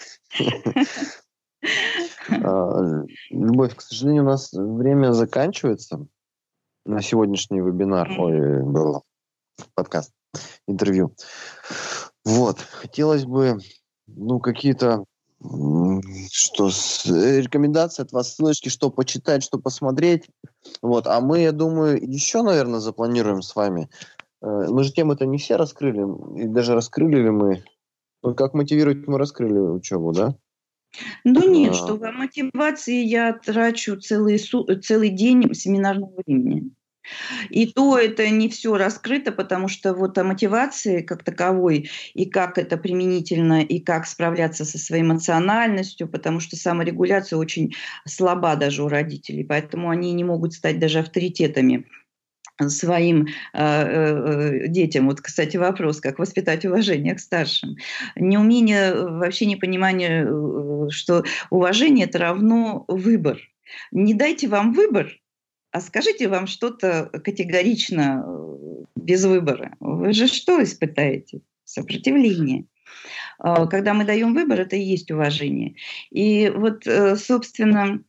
Любовь, к сожалению, у нас время заканчивается. На сегодняшний вебинар, ой, был подкаст, интервью. Вот, хотелось бы, ну, какие-то, что, рекомендации от вас, ссылочки, что почитать, что посмотреть. Вот, а мы, я думаю, еще, наверное, запланируем с вами Мы же тему-то не все раскрыли, и даже раскрыли ли мы. Ну, как мотивировать, мы раскрыли учебу, да? Ну нет, что в мотивации я трачу целый, су- целый день семинарного времени. И то это не все раскрыто, потому что вот о мотивации как таковой, и как это применительно, и как справляться со своей эмоциональностью, потому что саморегуляция очень слаба даже у родителей, поэтому они не могут стать даже авторитетами своим э, э, детям. Вот, кстати, вопрос, как воспитать уважение к старшим. Неумение, вообще непонимание, э, что уважение – это равно выбор. Не дайте вам выбор, а скажите вам что-то категорично э, без выбора. Вы же что испытаете? Сопротивление. Э, Когда мы даем выбор, это и есть уважение. И вот, э, собственно,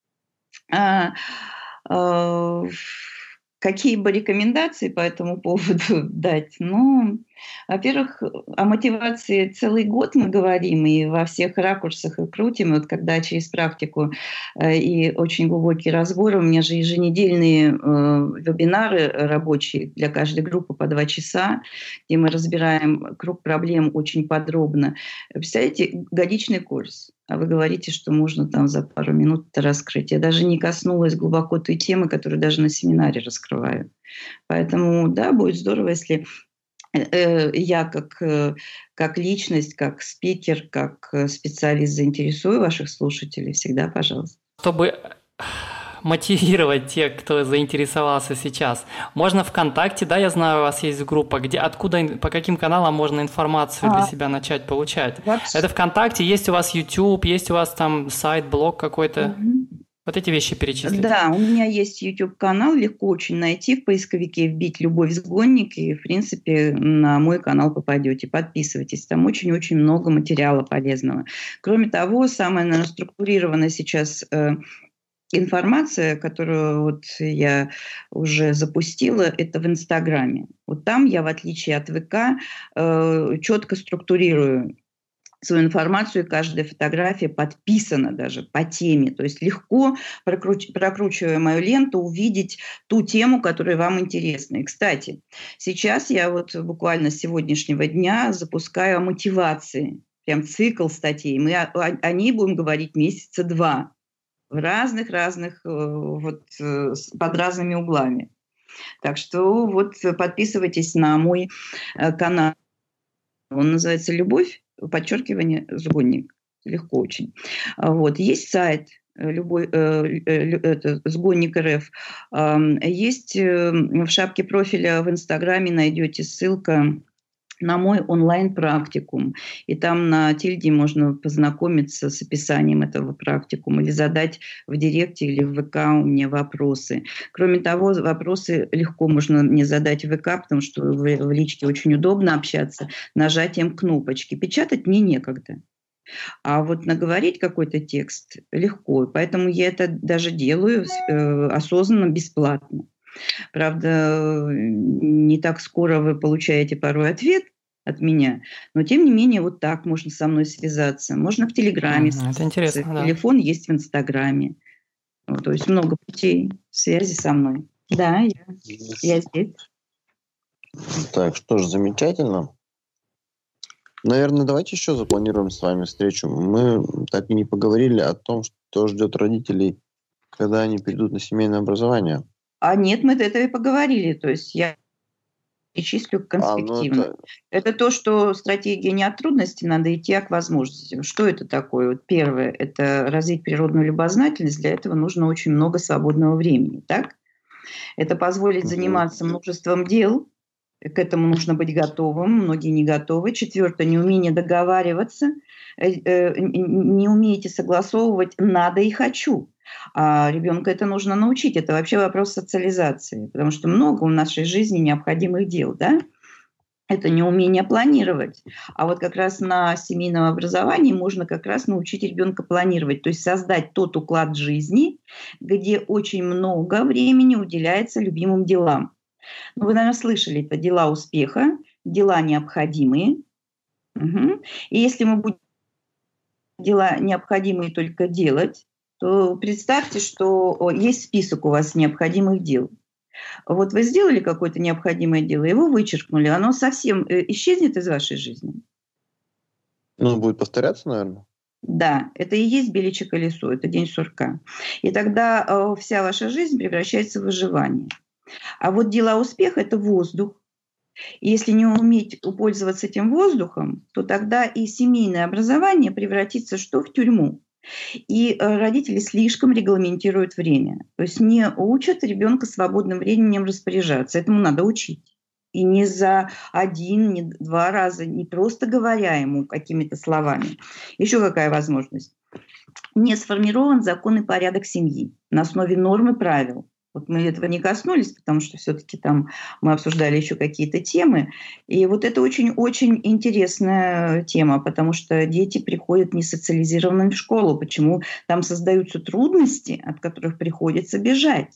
э, э, какие бы рекомендации по этому поводу дать? Ну, во-первых, о мотивации целый год мы говорим и во всех ракурсах и крутим. И вот когда через практику э, и очень глубокий разбор, у меня же еженедельные э, вебинары рабочие для каждой группы по два часа, где мы разбираем круг проблем очень подробно. Представляете, годичный курс. А вы говорите, что можно там за пару минут это раскрыть. Я даже не коснулась глубоко той темы, которую даже на семинаре раскрываю. Поэтому, да, будет здорово, если э, я как, э, как личность, как спикер, как э, специалист заинтересую ваших слушателей. Всегда, пожалуйста. Чтобы мотивировать тех, кто заинтересовался сейчас. Можно ВКонтакте, да, я знаю, у вас есть группа, где, откуда, по каким каналам можно информацию а, для себя начать получать. Вообще. Это ВКонтакте, есть у вас YouTube, есть у вас там сайт, блог какой-то. Угу. Вот эти вещи перечислить. Да, у меня есть YouTube-канал, легко очень найти, в поисковике вбить «Любовь Сгонник», и, в принципе, на мой канал попадете. Подписывайтесь, там очень-очень много материала полезного. Кроме того, самое, наверное, структурированное сейчас э, информация, которую вот я уже запустила, это в Инстаграме. Вот там я, в отличие от ВК, э, четко структурирую свою информацию, каждая фотография подписана даже по теме. То есть легко, прокруч- прокручивая мою ленту, увидеть ту тему, которая вам интересна. И, кстати, сейчас я вот буквально с сегодняшнего дня запускаю о мотивации. Прям цикл статей. Мы о, о, о ней будем говорить месяца два. В разных-разных, вот, под разными углами. Так что вот подписывайтесь на мой канал. Он называется «Любовь», подчеркивание, Сгонник. Легко очень. Вот. Есть сайт любой, э, э, Сгонник точка эр эф. Есть в шапке профиля в Инстаграме найдете ссылка на мой онлайн-практикум. И там на тильде можно познакомиться с описанием этого практикума или задать в директе или в ВК у меня вопросы. Кроме того, вопросы легко можно мне задать в ВК, потому что в личке очень удобно общаться нажатием кнопочки. Печатать мне некогда. А вот наговорить какой-то текст легко. Поэтому я это даже делаю э, осознанно, бесплатно. Правда, не так скоро вы получаете порой ответ от меня, но тем не менее вот так можно со мной связаться. Можно в Телеграме mm, связаться. Это интересно, да. Телефон есть в Инстаграме. Вот, то есть много путей связи со мной. Да, я, я здесь. Так, что ж, замечательно. Наверное, давайте еще запланируем с вами встречу. Мы так и не поговорили о том, что ждет родителей, когда они перейдут на семейное образование. А нет, мы до этого и поговорили. То есть я перечислю конспективно. А, ну это... это то, что стратегия не от трудностей, надо идти, а к возможностям. Что это такое? Вот первое – это развить природную любознательность. Для этого нужно очень много свободного времени. Так? Это позволит заниматься множеством дел. К этому нужно быть готовым. Многие не готовы. Четвертое – неумение договариваться. Не умеете согласовывать «надо» и «хочу». А ребенка это нужно научить. Это вообще вопрос социализации, потому что много в нашей жизни необходимых дел, да? Это неумение планировать. А вот как раз на семейном образовании можно как раз научить ребенка планировать, то есть создать тот уклад жизни, где очень много времени уделяется любимым делам. Ну, вы, наверное, слышали, это дела успеха, дела необходимые. Угу. И если мы будем дела необходимые только делать, то представьте, что есть список у вас необходимых дел. Вот вы сделали какое-то необходимое дело, его вычеркнули, оно совсем исчезнет из вашей жизни? Ну, будет повторяться, наверное. Да, это и есть беличье колесо, это день сурка. И тогда э, вся ваша жизнь превращается в выживание. А вот дела успеха – это воздух. И если не уметь пользоваться этим воздухом, то тогда и семейное образование превратится что в тюрьму. И э, родители слишком регламентируют время. То есть не учат ребенка свободным временем распоряжаться. Этому надо учить. И не за один, не два раза, не просто говоря ему какими-то словами. Еще какая возможность? Не сформирован закон и порядок семьи на основе норм и правил. Вот мы этого не коснулись, потому что все-таки там мы обсуждали еще какие-то темы. И вот это очень-очень интересная тема, потому что дети приходят несоциализированными в школу. Почему там создаются трудности, от которых приходится бежать?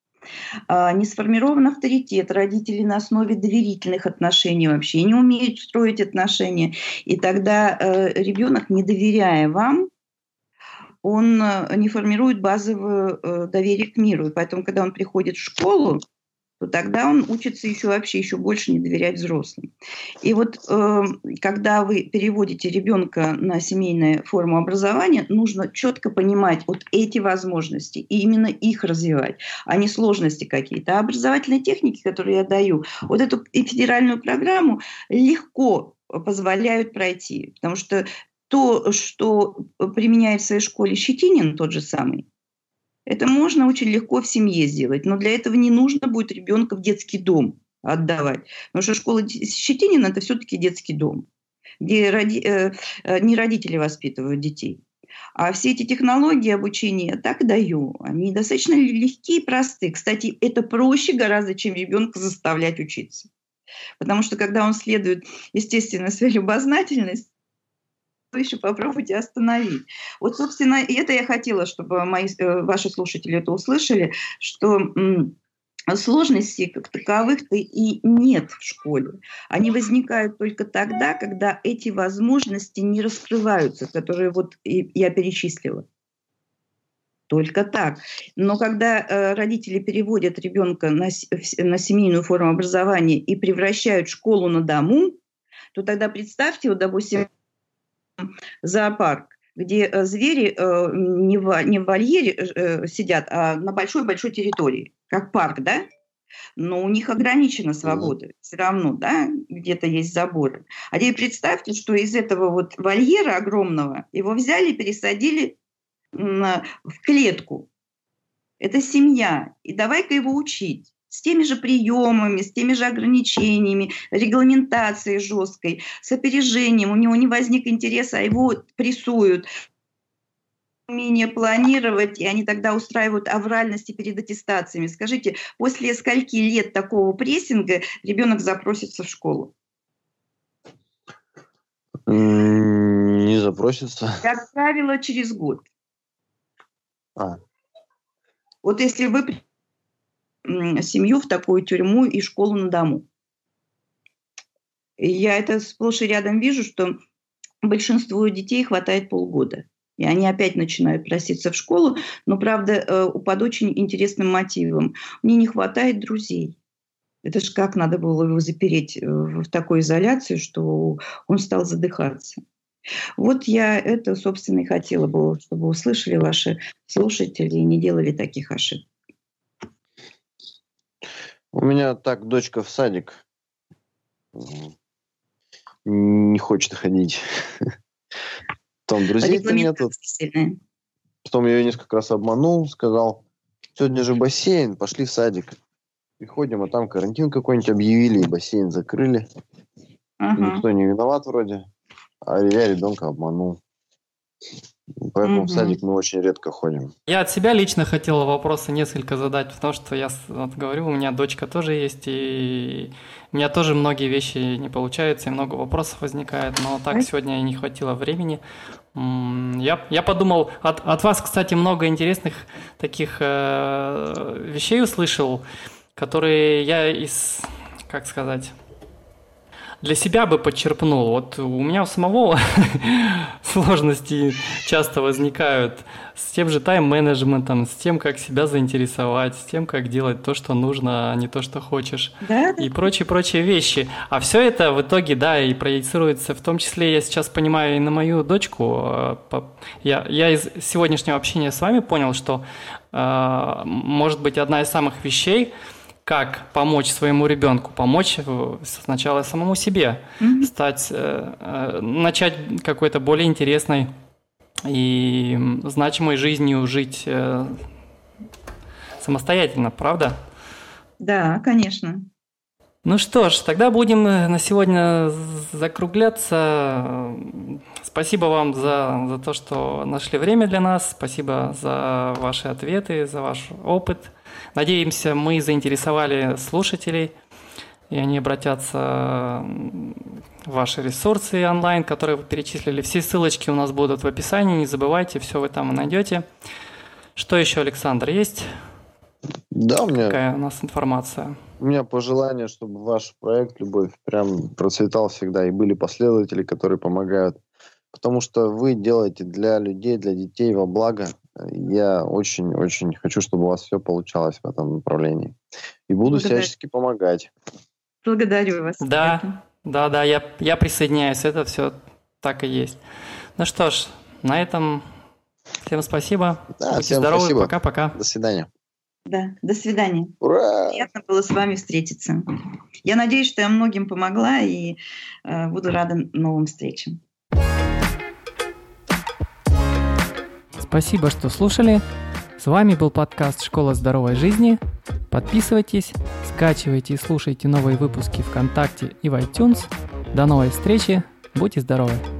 Не сформирован авторитет, родители на основе доверительных отношений вообще не умеют строить отношения. И тогда э, ребенок, не доверяя вам, он не формирует базовое э, доверие к миру. И поэтому, когда он приходит в школу, то тогда он учится еще вообще еще больше не доверять взрослым. И вот э, когда вы переводите ребенка на семейную форму образования, нужно четко понимать вот эти возможности и именно их развивать, а не сложности какие-то. А образовательные техники, которые я даю, вот эту федеральную программу легко позволяют пройти, потому что то, что применяет в своей школе Щетинин, тот же самый, это можно очень легко в семье сделать, но для этого не нужно будет ребенка в детский дом отдавать. Потому что школа Щетинина – это все-таки детский дом, где роди, э, не родители воспитывают детей. А все эти технологии обучения я так даю. Они достаточно легкие и простые. Кстати, это проще гораздо, чем ребенка заставлять учиться. Потому что когда он следует, естественно, своей любознательности, еще попробуйте остановить. Вот, собственно, и это я хотела, чтобы мои, ваши слушатели это услышали, что м, сложностей как таковых-то и нет в школе. Они возникают только тогда, когда эти возможности не раскрываются, которые вот я перечислила. Только так. Но когда э, родители переводят ребенка на, на семейную форму образования и превращают школу на дому, то тогда представьте, вот, допустим, зоопарк, где э, звери э, не, в, не в вольере э, сидят, а на большой-большой территории, как парк, да? Но у них ограничена свобода. Все равно, да, где-то есть заборы. А теперь представьте, что из этого вот вольера огромного его взяли и пересадили на, в клетку. Это семья. И давай-ка его учить. С теми же приемами, с теми же ограничениями, регламентацией жесткой, с опережением. У него не возник интереса, а его прессуют. Умение планировать, и они тогда устраивают авральности перед аттестациями. Скажите, после скольки лет такого прессинга ребенок запросится в школу? Не запросится. Как правило, через год. А. Вот если вы семью в такую тюрьму и школу на дому. Я это сплошь и рядом вижу, что большинству детей хватает полгода. И они опять начинают проситься в школу, но, правда, под очень интересным мотивом. Мне не хватает друзей. Это ж как надо было его запереть в такой изоляции, что он стал задыхаться. Вот я это, собственно, и хотела бы, чтобы услышали ваши слушатели и не делали таких ошибок. У меня так дочка в садик не хочет ходить. Потом друзей-то нету. Потом я ее несколько раз обманул, сказал, сегодня же бассейн, пошли в садик. Приходим, а там карантин какой-нибудь объявили, и бассейн закрыли. Ага. Никто не виноват вроде, а я ребенка обманул. Поэтому угу. в садик мы очень редко ходим. Я от себя лично хотел вопросы несколько задать, потому что я вот говорю, у меня дочка тоже есть, и у меня тоже многие вещи не получаются, и много вопросов возникает, но так сегодня не хватило времени. Я, я подумал, от, от вас, кстати, много интересных таких э, вещей услышал, которые я из, как сказать... для себя бы подчерпнул. Вот у меня у самого сложности часто возникают с тем же тайм-менеджментом, с тем, как себя заинтересовать, с тем, как делать то, что нужно, а не то, что хочешь, да, и да. прочие-прочие вещи. А все это в итоге, да, и проецируется, в том числе, я сейчас понимаю, и на мою дочку. Я, я из сегодняшнего общения с вами понял, что, может быть, одна из самых вещей, как помочь своему ребенку, помочь сначала самому себе, mm-hmm. стать, э, начать какой-то более интересной и значимой жизнью жить э, самостоятельно, правда? Да, конечно. Ну что ж, тогда будем на сегодня закругляться. Спасибо вам за, за то, что нашли время для нас. Спасибо за ваши ответы, за ваш опыт. Надеемся, мы заинтересовали слушателей, и они обратятся в ваши ресурсы онлайн, которые вы перечислили. Все ссылочки у нас будут в описании, не забывайте, все вы там найдете. Что еще, Александр, есть? Да, у меня... Какая у нас информация? У меня пожелание, чтобы ваш проект «Любовь» прям процветал всегда, и были последователи, которые помогают. Потому что вы делаете для людей, для детей во благо. Я очень-очень хочу, чтобы у вас все получалось в этом направлении. И буду Благодарю. всячески помогать. Благодарю вас. Да, да, да, я, я присоединяюсь. Это все так и есть. Ну что ж, на этом всем спасибо. Да, Будьте всем здоровы. спасибо. Пока-пока. До свидания. Да, до свидания. Ура! Приятно было с вами встретиться. Я надеюсь, что я многим помогла и э, буду рада новым встречам. Спасибо, что слушали. С вами был подкаст «Школа здоровой жизни». Подписывайтесь, скачивайте и слушайте новые выпуски ВКонтакте и в iTunes. До новой встречи. Будьте здоровы!